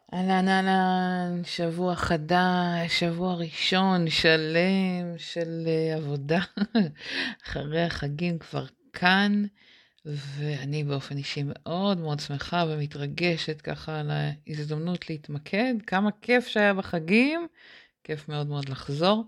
אהלן אהלן, שבוע חדש, שבוע ראשון שלם של עבודה. אחרי החגים כבר כאן, ואני באופן אישי מאוד מאוד שמחה ומתרגשת ככה על ההזדמנות להתמקד. כמה כיף שהיה בחגים, כיף מאוד מאוד לחזור.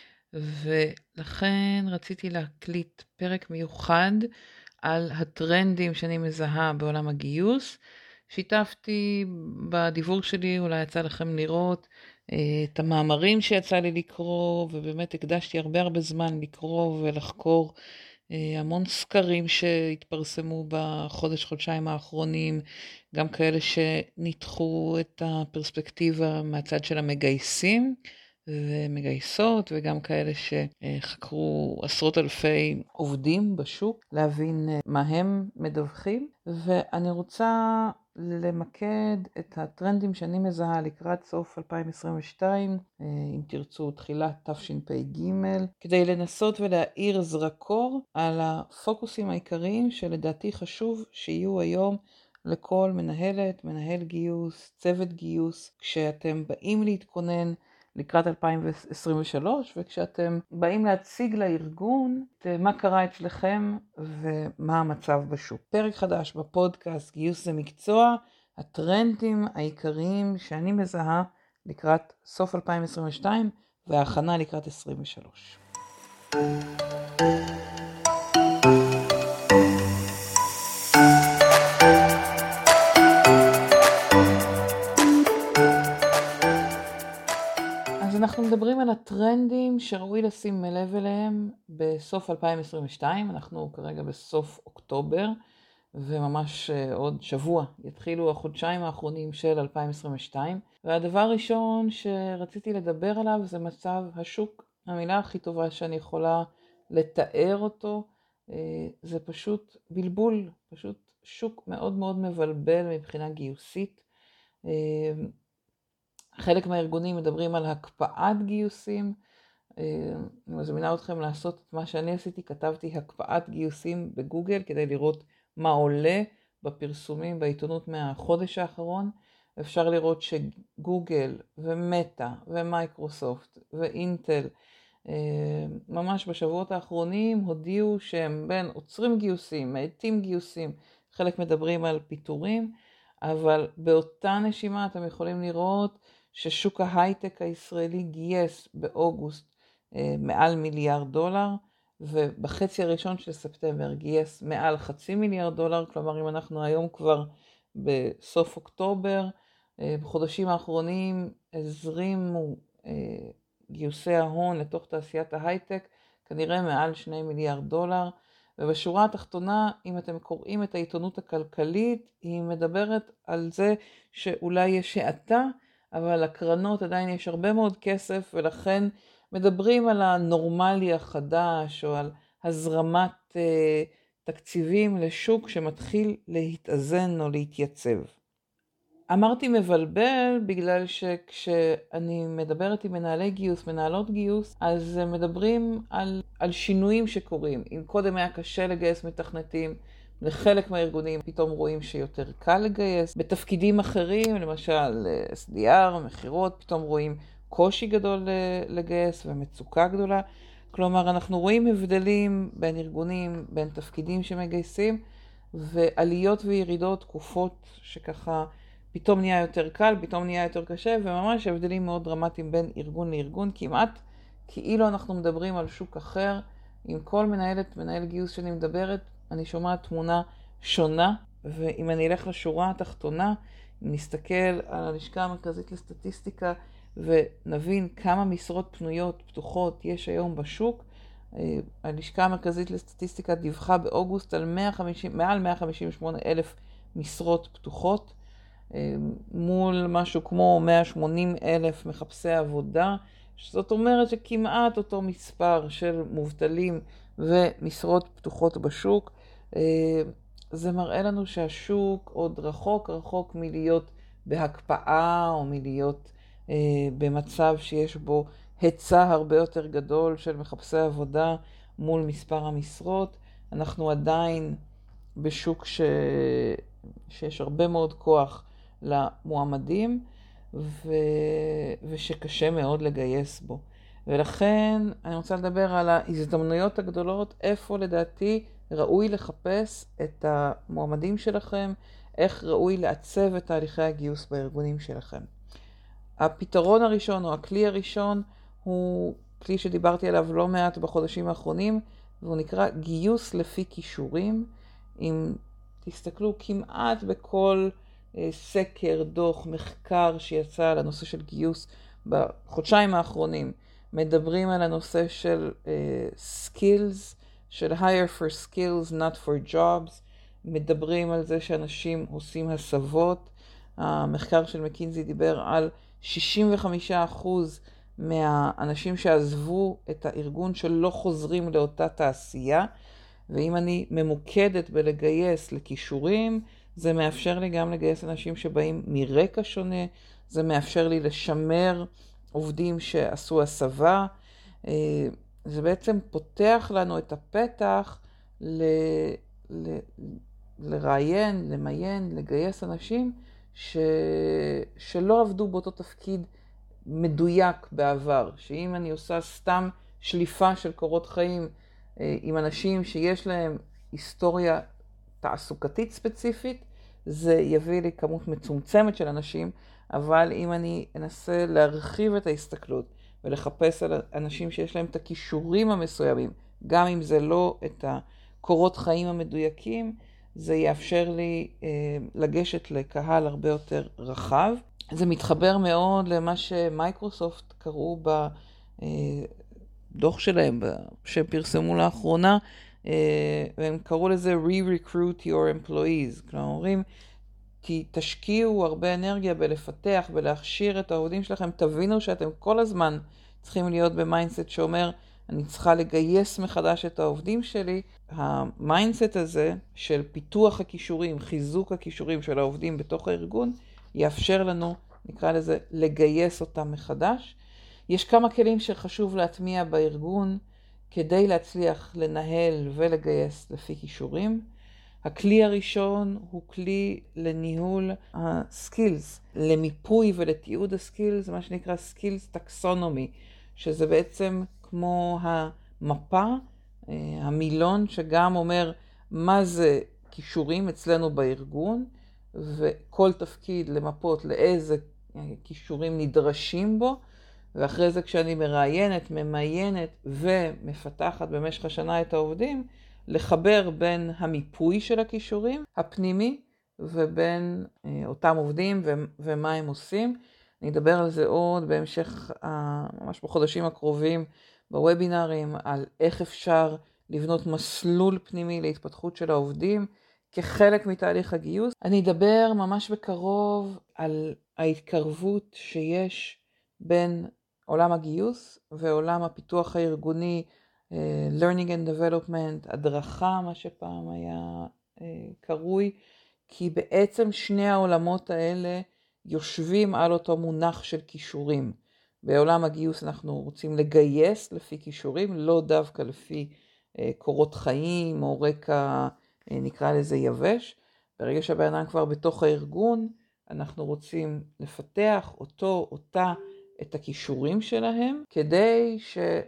ולכן רציתי להקליט פרק מיוחד על הטרנדים שאני מזהה בעולם הגיוס. שיתפתי בדיוור שלי, אולי יצא לכם לראות את המאמרים שיצא לי לקרוא, ובאמת הקדשתי הרבה זמן לקרוא ולחקור המון סקרים שהתפרסמו חודשיים האחרונים, גם כאלה שניתחו את הפרספקטיבה מהצד של המגייסים ומגייסות, וגם כאלה שחקרו עשרות אלפי עובדים בשוק, להבין מה הם מדווחים. ואני רוצה למקד את הטרנדים שאני מזהה לקראת סוף 2022, אם תרצו תחילת תשפ"ג, כדי לנסות ולהאיר זרקור על הפוקוסים העיקריים שלדעתי חשוב שיהיו היום לכל מנהלת, מנהל גיוס, צוות גיוס, כשאתם באים להתכונן לקראת 2023, וכשאתם באים להציג לארגון מה קרה אצלכם ומה המצב בשוק. פרק חדש בפודקאסט גיוס זה מקצוע, הטרנדים העיקריים שאני מזהה לקראת סוף 2022 וההכנה לקראת 2023. אנחנו מדברים על הטרנדים שראוי לשים לב אליהם בסוף 2022, אנחנו כרגע בסוף אוקטובר, וממש עוד שבוע יתחילו החודשיים האחרונים של 2022, והדבר הראשון שרציתי לדבר עליו זה מצב השוק. המילה הכי טובה שאני יכולה לתאר אותו, זה פשוט בלבול, פשוט שוק מאוד מאוד מבלבל מבחינה גיוסית. חלק מהארגונים מדברים על הקפאת גיוסים. אני מזמינה אתכם לעשות את מה שאני עשיתי, כתבתי הקפאת גיוסים בגוגל כדי לראות מה עולה בפרסומים בעיתונות מהחודש האחרון. אפשר לראות שגוגל ומטה ומייקרוסופט ואינטל ממש בשבועות האחרונים הודיעו שהם בין עוצרים גיוסים, מאטים גיוסים, חלק מדברים על פיטורים, אבל באותה נשימה אתם יכולים לראות ששוק ההייטק הישראלי גייס באוגוסט מעל $1 מיליארד, ובחצי הראשון של ספטמבר גייס מעל $0.5 מיליארד, כלומר אם אנחנו היום כבר בסוף אוקטובר, בחודשים האחרונים הזרימו גיוסי ההון לתוך תעשיית ההייטק כנראה מעל $2 מיליארד, ובשורה התחתונה, אם אתם קוראים את העיתונות הכלכלית, היא מדברת על זה שאולי יש האטה, אבל לקרנות עדיין יש הרבה מאוד כסף, ולכן מדברים על הנורמלי החדש, או על הזרמת תקציבים לשוק שמתחיל להתאזן או להתייצב. אמרתי מבלבל בגלל שכשאני מדברת עם מנהלי גיוס, מנהלות גיוס, אז מדברים על שינויים שקורים. אם קודם היה קשה לגייס מתכנתים, לחלק מהארגונים פתאום רואים שיותר קל לגייס. בתפקידים אחרים, למשל SDR, מחירות, פתאום רואים קושי גדול לגייס ומצוקה גדולה. כלומר, אנחנו רואים הבדלים בין ארגונים, בין תפקידים שמגייסים, ועליות וירידות, תקופות שככה פתאום נהיה יותר קל, פתאום נהיה יותר קשה, וממש הבדלים מאוד דרמטיים בין ארגון לארגון, כמעט כאילו אנחנו מדברים על שוק אחר. עם כל מנהל גיוס שאני מדברת, אני שומעת תמונה שונה, ואם אני אלך לשורה התחתונה, אם נסתכל על הלשכה המרכזית לסטטיסטיקה, ונבין כמה משרות פנויות, פתוחות יש היום בשוק, הלשכה המרכזית לסטטיסטיקה דיווחה באוגוסט על מעל 158,000 משרות פתוחות, מול משהו כמו 180,000 מחפשי עבודה, זאת אומרת שכמעט אותו מספר של מובטלים ומשרות פתוחות בשוק. זה מראה לנו שהשוק עוד רחוק מלהיות בהקפאה, או מלהיות במצב שיש בו היצע הרבה יותר גדול של מחפשי עבודה מול מספר המשרות. אנחנו עדיין בשוק שיש הרבה מאוד כוח למועמדים, ושקשה מאוד לגייס בו. ולכן אני רוצה לדבר על ההזדמנויות הגדולות, איפה לדעתי ראוי לחפש את המועמדים שלכם, איך ראוי לעצב את תהליכי הגיוס בארגונים שלכם. הפתרון הראשון או הכלי הראשון הוא כלי שדיברתי עליו לא מעט בחודשים האחרונים, והוא נקרא גיוס לפי כישורים. אם תסתכלו כמעט בכל סקר, דוח, מחקר שיצא על הנושא של גיוס בחודשיים האחרונים, מדברים על הנושא של skills, של hire for skills, not for jobs, מדברים על זה שאנשים עושים הסבות. המחקר של מקינזי דיבר על 65% מהאנשים שעזבו את הארגון שלא חוזרים לאותה תעשייה, ואם אני ממוקדת בלגייס לכישורים, זה מאפשר לי גם לגייס אנשים שבאים מרקע שונה, זה מאפשר לי לשמר עובדים שעשו הסבה, זה בעצם פותח לנו את הפתח לראיין, למיין, לגייס אנשים שלא עבדו באותו תפקיד מדויק בעבר, שאם אני עושה סתם שליפה של קורות חיים עם אנשים שיש להם היסטוריה תעסוקתית ספציפית, זה יביא לי כמות מצומצמת של אנשים, אבל אם אני אנסה להרחיב את ההסתכלות ולחפש על אנשים שיש להם את הכישורים המסוימים, גם אם זה לא את הקורות חיים המדויקים, זה יאפשר לי לגשת לקהל הרבה יותר רחב. זה מתחבר מאוד למה שמייקרוסופט קראו בדוח שלהם, שפרסמו לאחרונה, והם קראו לזה re-recruit your employees. כלומר, אומרים, תשקיעו הרבה אנרגיה בלפתח, בלהכשיר את העובדים שלכם, תבינו שאתם כל הזמן צריכים להיות במיינדסט שאומר, אני צריכה לגייס מחדש את העובדים שלי. המיינדסט הזה של פיתוח הכישורים, חיזוק הכישורים של העובדים בתוך הארגון, יאפשר לנו, נקרא לזה, לגייס אותם מחדש. יש כמה כלים שחשוב להטמיע בארגון כדי להצליח לנהל ולגייס לפי כישורים. הכלי הראשון הוא כלי לניהול הסקילס, למיפוי ולתיעוד הסקילס, מה שנקרא סקילס טקסונומי, שזה בעצם כמו המפה, המילון שגם אומר מה זה כישורים אצלנו בארגון, וכל תפקיד למפות לאיזה כישורים נדרשים בו, ואחרי זה כשאני מראיינת, ממיינת ומפתחת במשך השנה את העובדים, לחבר בין המיפוי של הכישורים הפנימי ובין אותם עובדים ומה הם עושים. אני אדבר על זה עוד בהמשך, ממש בחודשים הקרובים בוובינרים, על איך אפשר לבנות מסלול פנימי להתפתחות של העובדים כחלק מתהליך הגיוס. אני אדבר ממש בקרוב על ההתקרבות שיש בין עולם הגיוס ועולם הפיתוח הארגוני, learning and development, הדרכה, מה שפעם היה קרוי, כי בעצם שני העולמות האלה יושבים על אותו מונח של כישורים. בעולם הגיוס אנחנו רוצים לגייס לפי כישורים, לא דווקא לפי קורות חיים או רקע, נקרא לזה יבש. ברגע שהבן אדם כבר בתוך הארגון, אנחנו רוצים לפתח אותה, את הכישורים שלהם, כדי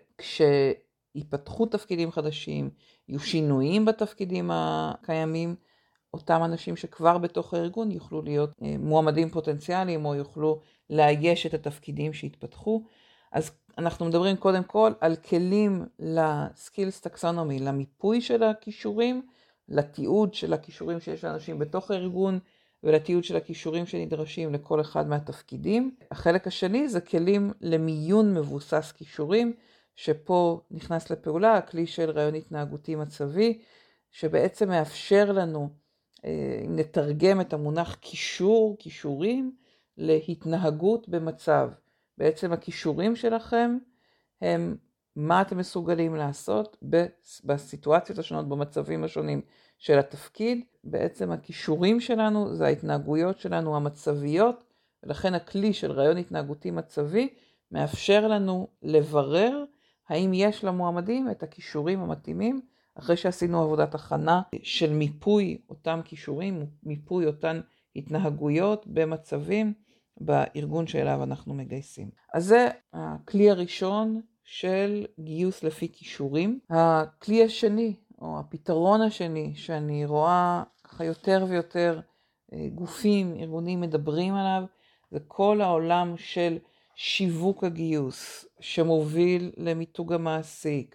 שכשיפתחו תפקידים חדשים, יהיו שינויים בתפקידים הקיימים, אותם אנשים שכבר בתוך הארגון יוכלו להיות מועמדים פוטנציאליים, או יוכלו לאייש את התפקידים שהתפתחו. אז אנחנו מדברים קודם כל על כלים לסקילס טקסונומי, למיפוי של הכישורים, לתיעוד של הכישורים שיש לאנשים בתוך הארגון, ולתיעוד של הכישורים שנדרשים לכל אחד מהתפקידים. החלק השני זה כלים למיון מבוסס כישורים, שפה נכנס לפעולה הכלי של רעיון התנהגותי מצבי, שבעצם מאפשר לנו, אם נתרגם את המונח כישורים, להתנהגות במצב. בעצם הכישורים שלכם הם מה אתם מסוגלים לעשות בסיטואציות השונות, במצבים השונים של התפקיד. בעצם הכישורים שלנו זה ההתנהגויות שלנו המצביות, ולכן הכלי של רעיון התנהגותי מצבי מאפשר לנו לברר האם יש למועמדים את הכישורים המתאימים, אחרי שעשינו עבודת הכנה של מיפוי אותם כישורים, מיפוי אותן התנהגויות במצבים, בארגון שאליו אנחנו מגייסים. אז זה הכלי הראשון של גיוס לפי כישורים. הכלי השני, או הפתרון השני, שאני רואה ככה יותר ויותר גופים, ארגונים מדברים עליו, זה כל העולם של שיווק הגיוס, שמוביל למיתוג המעסיק,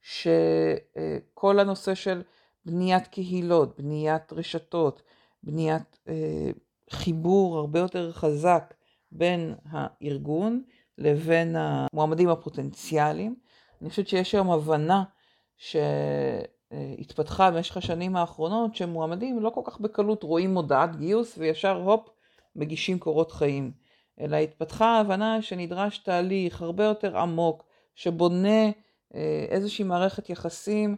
שכל הנושא של בניית קהילות, בניית רשתות, בניית חיבור הרבה יותר חזק בין הארגון לבין המועמדים הפוטנציאליים. אני חושבת שיש היום הבנה שהתפתחה במשך השנים האחרונות, שמועמדים לא כל כך בקלות רואים מודעת גיוס וישר הופ מגישים קורות חיים, אלא התפתחה ההבנה שנדרש תהליך הרבה יותר עמוק, שבונה איזושהי מערכת יחסים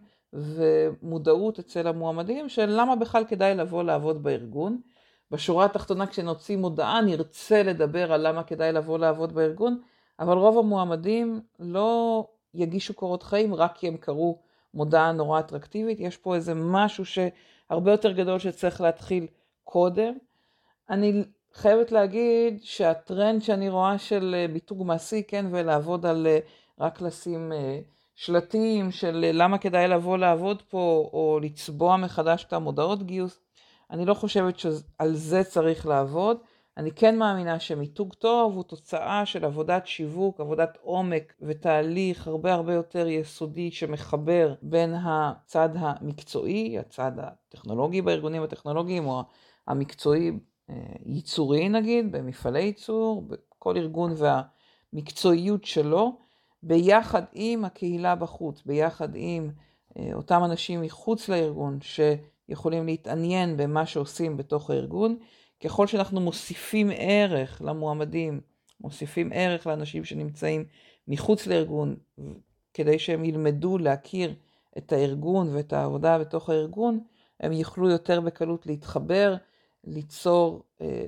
ומודעות אצל המועמדים של למה בכלל כדאי לבוא לעבוד בארגון. בשורה התחתונה כשנוציא מודעה נרצה לדבר על למה כדאי לבוא לעבוד בארגון, אבל רוב המועמדים לא יגישו קורות חיים רק כי הם קראו מודעה נורא אטרקטיבית. יש פה איזה משהו שהרבה יותר גדול שצריך להתחיל קודם. אני חייבת להגיד שהטרנד שאני רואה של ביטוג מעסיק, כן, ולעבוד על רק לשים שלטים של למה כדאי לבוא לעבוד פה, או לצבוע מחדש את המודעות גיוס, אני לא חושבת שעל זה צריך לעבוד. אני כן מאמינה שמיתוג טוב הוא תוצאה של עבודת שיווק, עבודת עומק ותהליך הרבה יותר יסודי שמחבר בין הצד המקצועי, הצד הטכנולוגי בארגונים הטכנולוגיים, או המקצועי ייצורי נגיד, במפעלי ייצור, בכל ארגון והמקצועיות שלו, ביחד עם הקהילה בחוץ, ביחד עם אותם אנשים מחוץ לארגון שיכולים להתעניין במה שעושים בתוך הארגון. ככל שאנחנו מוסיפים ערך למועמדים, מוסיפים ערך לאנשים שנמצאים מחוץ לארגון, כדי שהם ילמדו להכיר את הארגון ואת העבודה בתוך הארגון, הם יוכלו יותר בקלות להתחבר, ליצור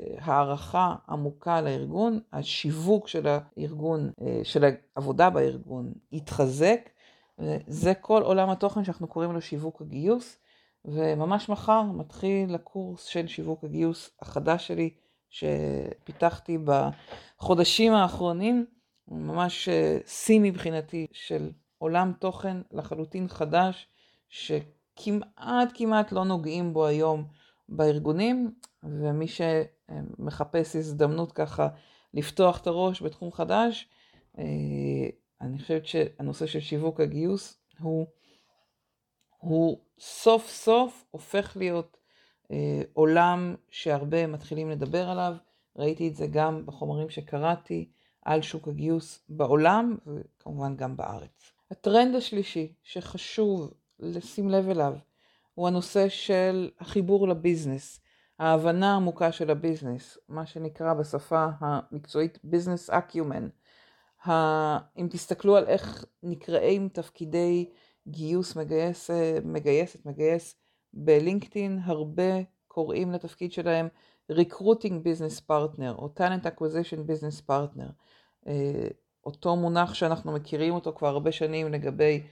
הערכה עמוקה לארגון, השיווק של הארגון, של העבודה בארגון יתחזק. זה כל עולם התוכן שאנחנו קוראים לו שיווק הגיוס, וממש מחר מתחיל הקורס של שיווק הגיוס החדש שלי, שפיתחתי בחודשים האחרונים, ממש שיא מבחינתי של עולם תוכן לחלוטין חדש, שכמעט לא נוגעים בו היום בארגונים, ומי שמחפש הזדמנות ככה לפתוח את הראש בתחום חדש, אני חושבת שהנושא של שיווק הגיוס הוא סוף סוף הופך להיות עולם שהרבה מתחילים לדבר עליו. ראיתי את זה גם בחומרים שקראתי על שוק הגיוס בעולם וכמובן גם בארץ. הטרנד השלישי שחשוב לשים לב אליו הוא הנושא של החיבור לביזנס, ההבנה העמוקה של הביזנס, מה שנקרא בשפה המקצועית ביזנס אקיומן. אם תסתכלו על איך נקראים תפקידי גיוס, מגייס בלינקדאין, הרבה קוראים לתפקיד שלהם Recruiting Business Partner או Talent Acquisition Business Partner. אותו מונח שאנחנו מכירים אותו כבר הרבה שנים לגבי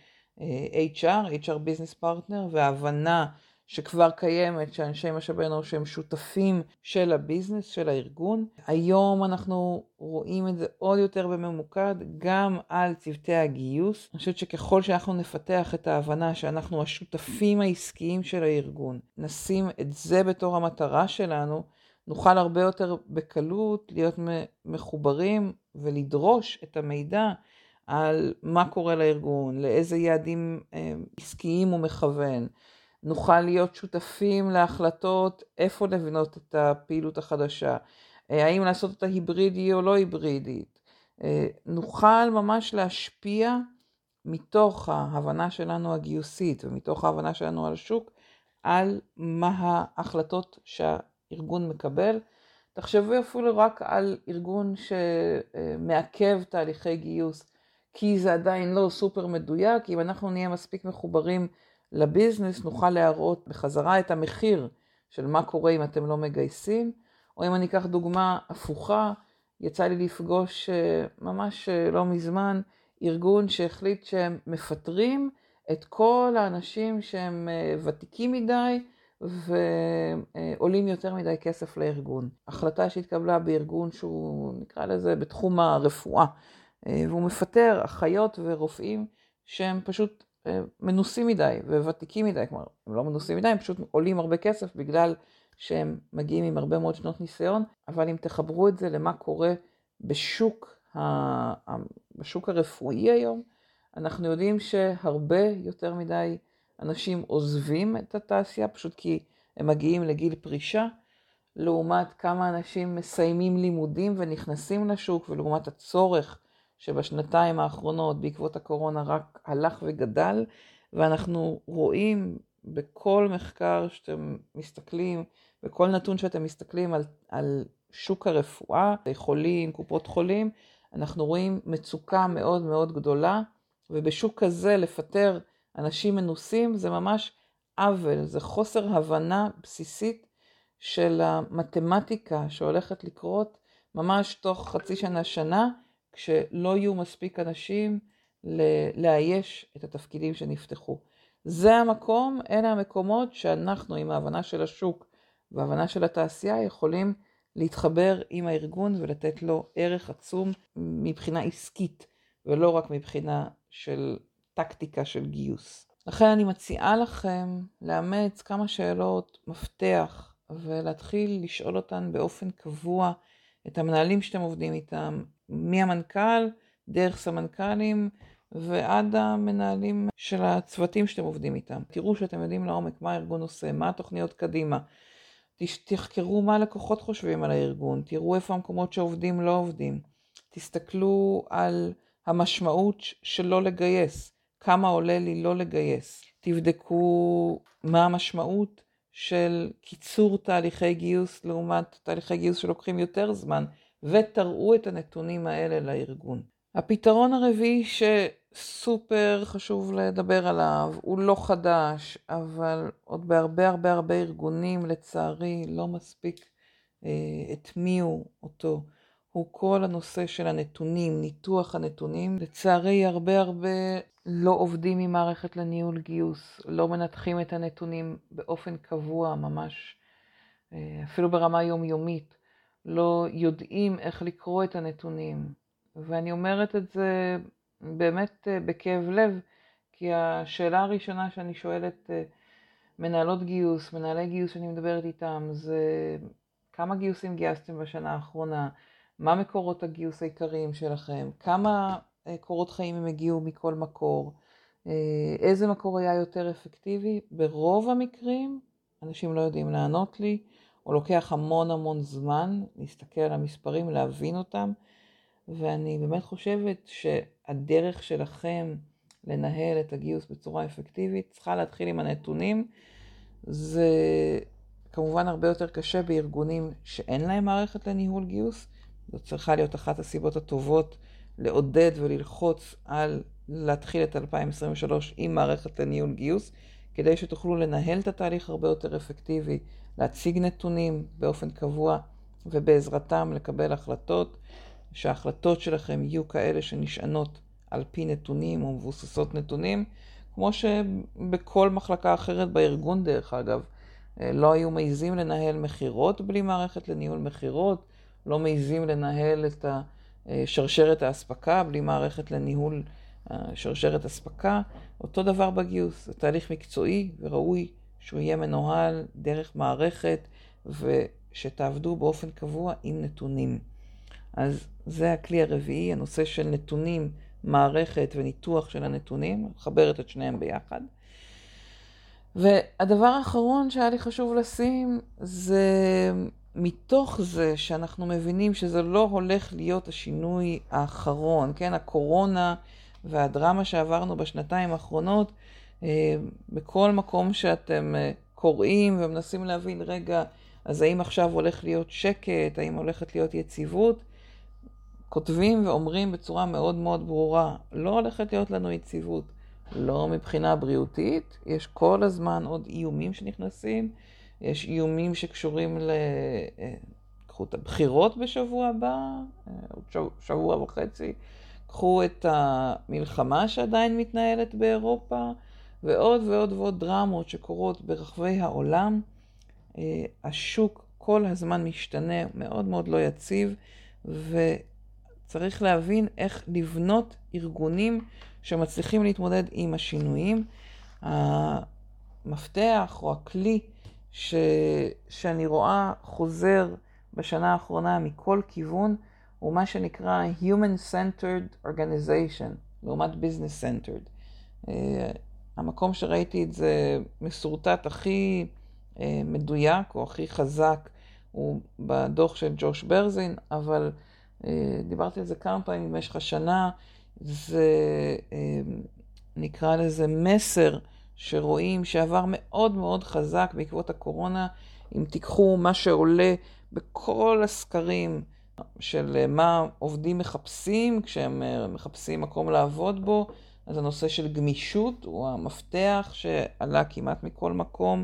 HR Business Partner, וההבנה שכבר קיימת שאנשי משאבי אנוש שהם שותפים של הביזנס, של הארגון. היום אנחנו רואים את זה עוד יותר בממוקד גם על צוותי הגיוס. אני חושבת שככל שאנחנו נפתח את ההבנה שאנחנו השותפים העסקיים של הארגון, נשים את זה בתור המטרה שלנו, נוכל הרבה יותר בקלות להיות מחוברים ולדרוש את המידע על מה קורה לארגון, לאיזה יעדים עסקיים הוא מכוון. נוכל להיות שותפים להחלטות איפה לבנות את הפעילות החדשה, האם לעשות אותה היברידי או לא היברידית. נוכל ממש להשפיע מתוך ההבנה שלנו הגיוסית ומתוך ההבנה שלנו על השוק, על מה ההחלטות שהארגון מקבל. תחשבו אפילו רק על ארגון שמעכב תהליכי גיוס, כי זה עדיין לא סופר מדויק. אם אנחנו נהיה מספיק מחוברים לביזנס, נוכל להראות בחזרה את המחיר של מה קורה אם אתם לא מגייסים. או אם אני אקח דוגמה הפוכה, יצא לי לפגוש ממש לא מזמן ארגון שהחליט שהם מפטרים את כל האנשים שהם ותיקים מדי ועולים יותר מדי כסף לארגון. החלטה שהתקבלה בארגון שהוא נקרא לזה בתחום הרפואה, והוא מפטר אחיות ורופאים שהם פשוט מנוסים מדי וותיקים מדי, כלומר הם לא מנוסים מדי, הם פשוט עולים הרבה כסף בגלל שהם מגיעים עם הרבה מאוד שנות ניסיון, אבל אם תחברו את זה למה קורה בשוק הרפואי היום, אנחנו יודעים שהרבה יותר מדי אנשים עוזבים את התעשייה, פשוט כי הם מגיעים לגיל פרישה, לעומת כמה אנשים מסיימים לימודים ונכנסים לשוק, ולעומת הצורך שבשנתיים האחרונות בעקבות הקורונה רק הלך וגדל, ואנחנו רואים בכל מחקר שאתם מסתכלים, בכל נתון שאתם מסתכלים על שוק הרפואה, חולים, קופות חולים, אנחנו רואים מצוקה מאוד מאוד גדולה, ובשוק כזה לפטר אנשים מנוסים זה ממש עוול, זה חוסר הבנה בסיסית של המתמטיקה שהולכת לקרות ממש תוך חצי שנה, כשלא יהיו מספיק אנשים לאייש את התפקידים שנפתחו. זה המקום, אלה המקומות שאנחנו עם ההבנה של השוק וההבנה של התעשייה יכולים להתחבר עם הארגון ולתת לו ערך עצום מבחינה עסקית, ולא רק מבחינה של טקטיקה של גיוס. לכן אני מציעה לכם לאמץ כמה שאלות מפתח, ולהתחיל לשאול אותן באופן קבוע את המנהלים שאתם עובדים איתם, מהמנכ"ל, דרך סמנכ"לים, ועד המנהלים של הצוותים שאתם עובדים איתם. תראו שאתם יודעים לעומק מה הארגון עושה, מה התוכניות קדימה. תחקרו מה לקוחות חושבים על הארגון, תראו איפה המקומות שעובדים לא עובדים. תסתכלו על המשמעות של לא לגייס, כמה עולה לי לא לגייס. תבדקו מה המשמעות של קיצור תהליכי גיוס לעומת תהליכי גיוס שלוקחים יותר זמן, ותראו את הנתונים האלה לארגון. הפתרון הרביעי שסופר חשוב לדבר עליו, הוא לא חדש, אבל עוד בהרבה ארגונים לצערי לא מספיק הטמיעו אותו. הוא כל הנושא של הנתונים, ניתוח הנתונים. לצערי הרבה לא עובדים עם מערכת לניהול גיוס, לא מנתחים את הנתונים באופן קבוע ממש, אפילו ברמה יומיומית, לא יודעים איך לקרוא את הנתונים. ואני אומרת את זה באמת בכאב לב, כי השאלה הראשונה שאני שואלת מנהלות גיוס, מנהלי גיוס שאני מדברת איתם, זה כמה גיוסים גייסתם בשנה האחרונה, מה מקורות הגיוס העיקריים שלכם, כמה קורות חיים הם הגיעו מכל מקור, איזה מקור היה יותר אפקטיבי. ברוב המקרים אנשים לא יודעים לענות לי, או לוקח המון זמן להסתכל על המספרים, להבין אותם, ואני באמת חושבת שהדרך שלכם לנהל את הגיוס בצורה אפקטיבית צריכה להתחיל עם הנתונים. זה כמובן הרבה יותר קשה בארגונים שאין להם מערכת לניהול גיוס. זאת צריכה להיות אחת הסיבות הטובות לעודד וללחוץ על להתחיל את 2023 עם מערכת לניהול גיוס, כדי שתוכלו לנהל את התהליך הרבה יותר אפקטיבי, להציג נתונים באופן קבוע, ובעזרתם לקבל החלטות, שההחלטות שלכם יהיו כאלה שנשענות על פי נתונים או מבוססות נתונים, כמו שבכל מחלקה אחרת בארגון דרך אגב. לא היו מעיזים לנהל מחירות בלי מערכת לניהול מחירות, לא מעיזים לנהל את שרשרת האספקה בלי מערכת לניהול שרשרת אספקה. אותו דבר בגיוס, זה תהליך מקצועי וראוי שהוא יהיה מנוהל דרך מערכת ושתעבדו באופן קבוע עם נתונים. אז זה הכלי הרביעי, הנושא של נתונים, מערכת וניתוח של הנתונים, מחברת את שניהם ביחד. והדבר האחרון שהיה לי חשוב לשים, זה מתוך זה שאנחנו מבינים שזה לא הולך להיות השינוי האחרון, כן? הקורונה והדרמה שעברנו בשנתיים האחרונות, בכל מקום שאתם קוראים ומנסים להבין, רגע, אז האם עכשיו הולך להיות שקט, האם הולכת להיות יציבות, כותבים ואומרים בצורה מאוד מאוד ברורה, לא הולכת להיות לנו יציבות, לא מבחינה בריאותית, יש כל הזמן עוד איומים שנכנסים, יש איומים שקשורים קחו את הבחירות בשבוע הבא, שבוע וחצי, קחו את המלחמה שעדיין מתנהלת באירופה, ועוד ועוד ועוד דרמות שקורות ברחבי העולם. השוק כל הזמן משתנה, מאוד מאוד לא יציב, וצריך להבין איך לבנות ארגונים שמצליחים להתמודד עם השינויים. המפתח או הכלי שאני רואה חוזר בשנה האחרונה מכל כיוון, הוא מה שנקרא Human-Centered Organization, לעומת Business-Centered. המקום שראיתי את זה מסורטט הכי מדויק או הכי חזק הוא בדוח של ג'וש ברזין, אבל דיברתי על זה כמה פעמים במשך השנה. זה נקרא לזה מסר שרואים שעבר מאוד מאוד חזק בעקבות הקורונה. אם תיקחו מה שעולה בכל הסקרים של מה עובדים מחפשים כשהם מחפשים מקום לעבוד בו, אז הנושא של גמישות הוא המפתח שעלה כמעט מכל מקום.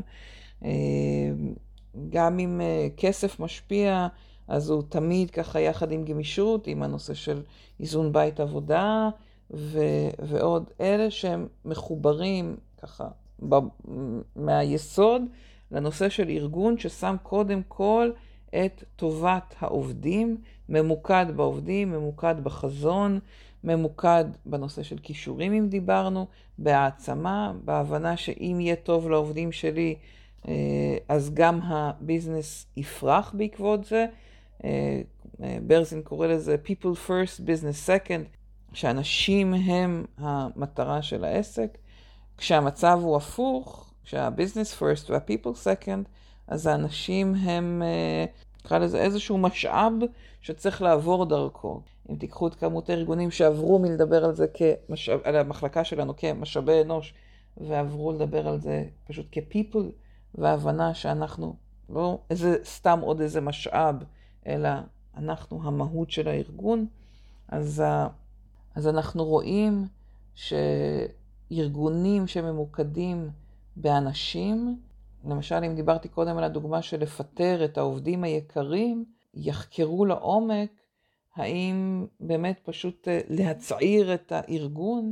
גם אם כסף משפיע, אז הוא תמיד ככה יחד עם גמישות, עם הנושא של איזון בית עבודה, ועוד אלה שהם מחוברים ככה מהיסוד לנושא של ארגון ששם קודם כל את טובת העובדים, ממוקד בעובדים, ממוקד בחזון, ממוקד בנושא של כישורים אם דיברנו, בהעצמה, בהבנה שאם יהיה טוב לעובדים שלי, אז גם הביזנס יפרח בעקבות זה. ברזין קורא לזה people first, business second, שאנשים הם המטרה של העסק. כשהמצב הוא הפוך, כשהביזנס first וה-people second, אז האנשים הם, נקרא לזה איזשהו משאב שצריך לעבור דרכו. אם תיקחו את כמות הארגונים שעברו מלדבר על זה על המחלקה שלנו כמשאבי אנוש, ועברו לדבר על זה פשוט כ-people, וההבנה שאנחנו לא סתם עוד איזה משאב, אלא אנחנו המהות של הארגון. אז אנחנו רואים שארגונים שממוקדים באנשים, למשל אם דיברתי קודם על הדוגמה של לפטר את העובדים היקרים, יחקרו לעומק האם באמת פשוט להצעיר את הארגון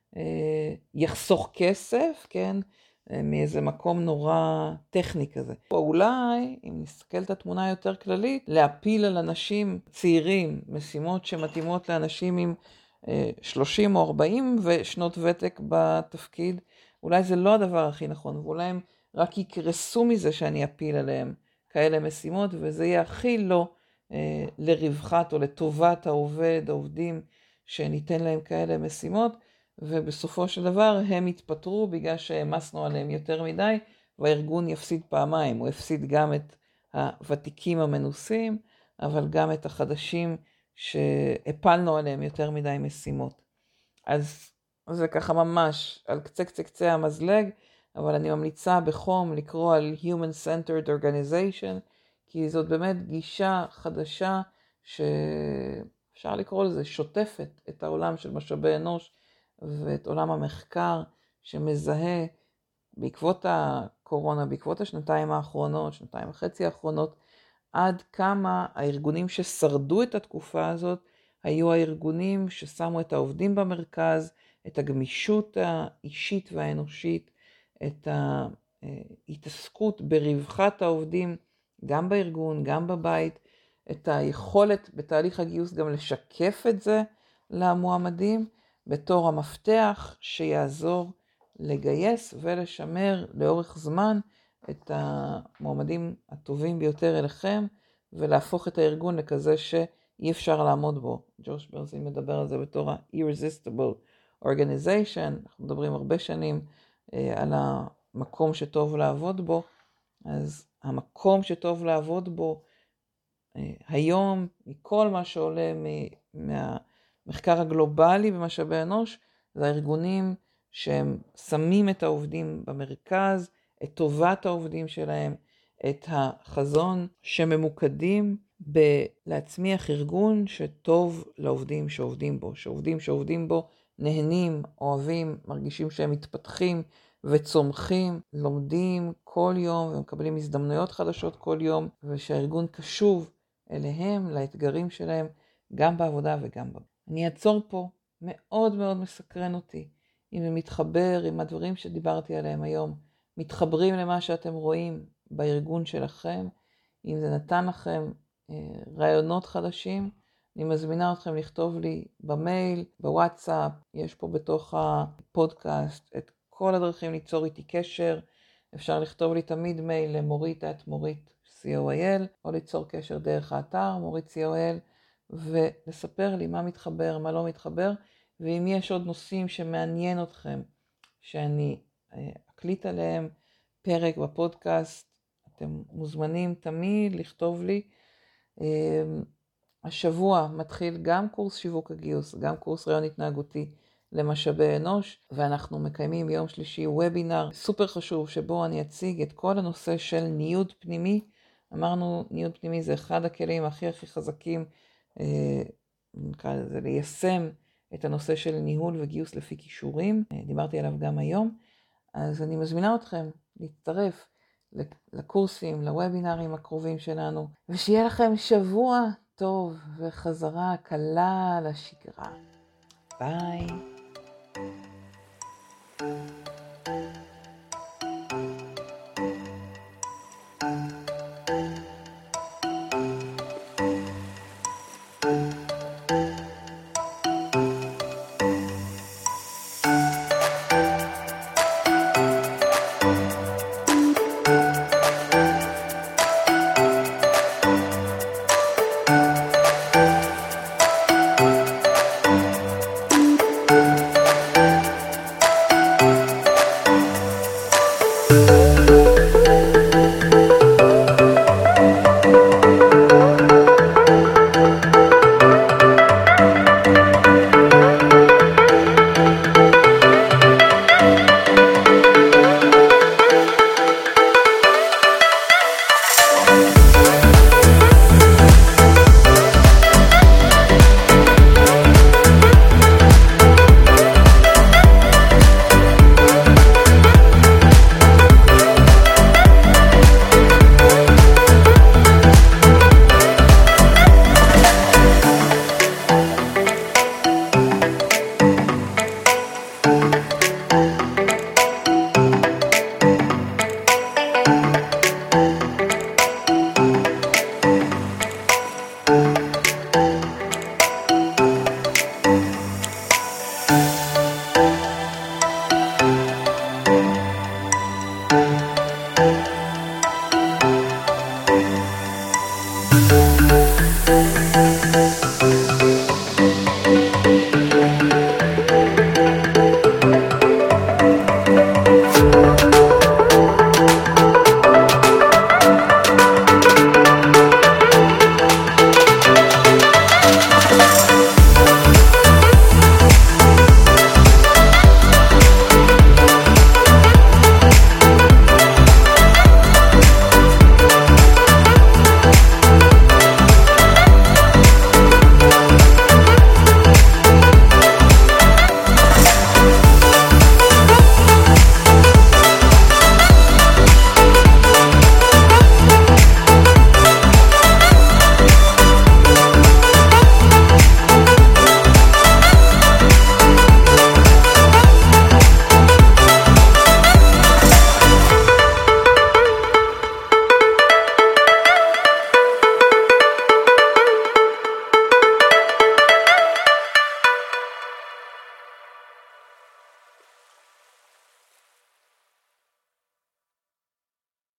יחסוך כסף, כן? מאיזה מקום נורא טכני כזה. או אולי, אם נסתכל את התמונה יותר כללית, להפיל על אנשים צעירים, משימות שמתאימות לאנשים עם 30 או 40 ושנות ותק בתפקיד, אולי זה לא הדבר הכי נכון, ואולי הם רק יקרסו מזה שאני אפיל עליהם כאלה משימות, וזה יהיה הכי לא לרווחת או לטובת העובד, העובדים, שניתן להם כאלה משימות, ובסופו של דבר הם יתפטרו בגלל שהמסנו עליהם יותר מדי, והארגון יפסיד פעמיים. הוא יפסיד גם את הוותיקים המנוסים, אבל גם את החדשים שהפלנו עליהם יותר מדי משימות. אז זה ככה ממש על קצה המזלג, אבל אני ממליצה בחום לקרוא על Human-Centered Organization, כי זאת באמת גישה חדשה שאפשר לקרוא לזה שוטפת את העולם של משאבי אנוש, ואת עולם המחקר שמזהה בעקבות הקורונה, בעקבות השנתיים האחרונות, שנתיים וחצי האחרונות, עד כמה הארגונים ששרדו את התקופה הזאת, היו הארגונים ששמו את העובדים במרכז, את הגמישות האישית והאנושית, את ההתעסקות ברווחת העובדים, גם בארגון, גם בבית, את היכולת בתהליך הגיוס גם לשקף את זה למועמדים, בתור המפתח שיעזור לגייס ולשמר לאורך זמן את המועמדים הטובים ביותר אליכם, ולהפוך את הארגון לכזה שאי אפשר לעמוד בו. ג'וש ברזין מדבר על זה בתור ה-irresistible organization. אנחנו מדברים הרבה שנים על המקום שטוב לעבוד בו, אז המקום שטוב לעבוד בו היום, מכל מה שעולה מהמחקר הגלובלי במשאבי אנוש, זה הארגונים שהם שמים את העובדים במרכז, את טובת העובדים שלהם, את החזון, שממוקדים בלהצמיח ארגון שטוב לעובדים שעובדים בו, שעובדים בו נהנים, אוהבים, מרגישים שהם מתפתחים וצומחים, לומדים כל יום ומקבלים הזדמנויות חדשות כל יום, ושהארגון קשוב אליהם, לאתגרים שלהם, גם בעבודה וגם בבית. אני אעצור פה, מאוד מאוד מסקרן אותי. אם זה מתחבר עם הדברים שדיברתי עליהם היום, מתחברים למה שאתם רואים בארגון שלכם, אם זה נתן לכם רעיונות חדשים, אני מזמינה אתכם לכתוב לי במייל, בוואטסאפ, יש פה בתוך הפודקאסט את כל הדרכים ליצור איתי קשר, אפשר לכתוב לי תמיד מייל למורית@morit.co.il, או ליצור קשר דרך האתר morit.co.il, ולספר לי מה מתחבר, מה לא מתחבר, ואם יש עוד נושאים שמעניין אתכם, שאני אקליט עליהם פרק בפודקאסט, אתם מוזמנים תמיד לכתוב לי. השבוע מתחיל גם קורס שיווק הגיוס, גם קורס רעיון התנהגותי למשאבי אנוש, ואנחנו מקיימים ביום שלישי וובינר סופר חשוב, שבו אני אציג את כל הנושא של ניוד פנימי. אמרנו, ניוד פנימי זה אחד הכלים הכי חזקים, נקרא לזה ליישם את הנושא של ניהול וגיוס לפי כישורים, דיברתי עליו גם היום, אז אני מזמינה אתכם להצטרף לקורסים, לוובינרים הקרובים שלנו, ושיהיה לכם שבוע טוב וחזרה קלה לשגרה. ביי.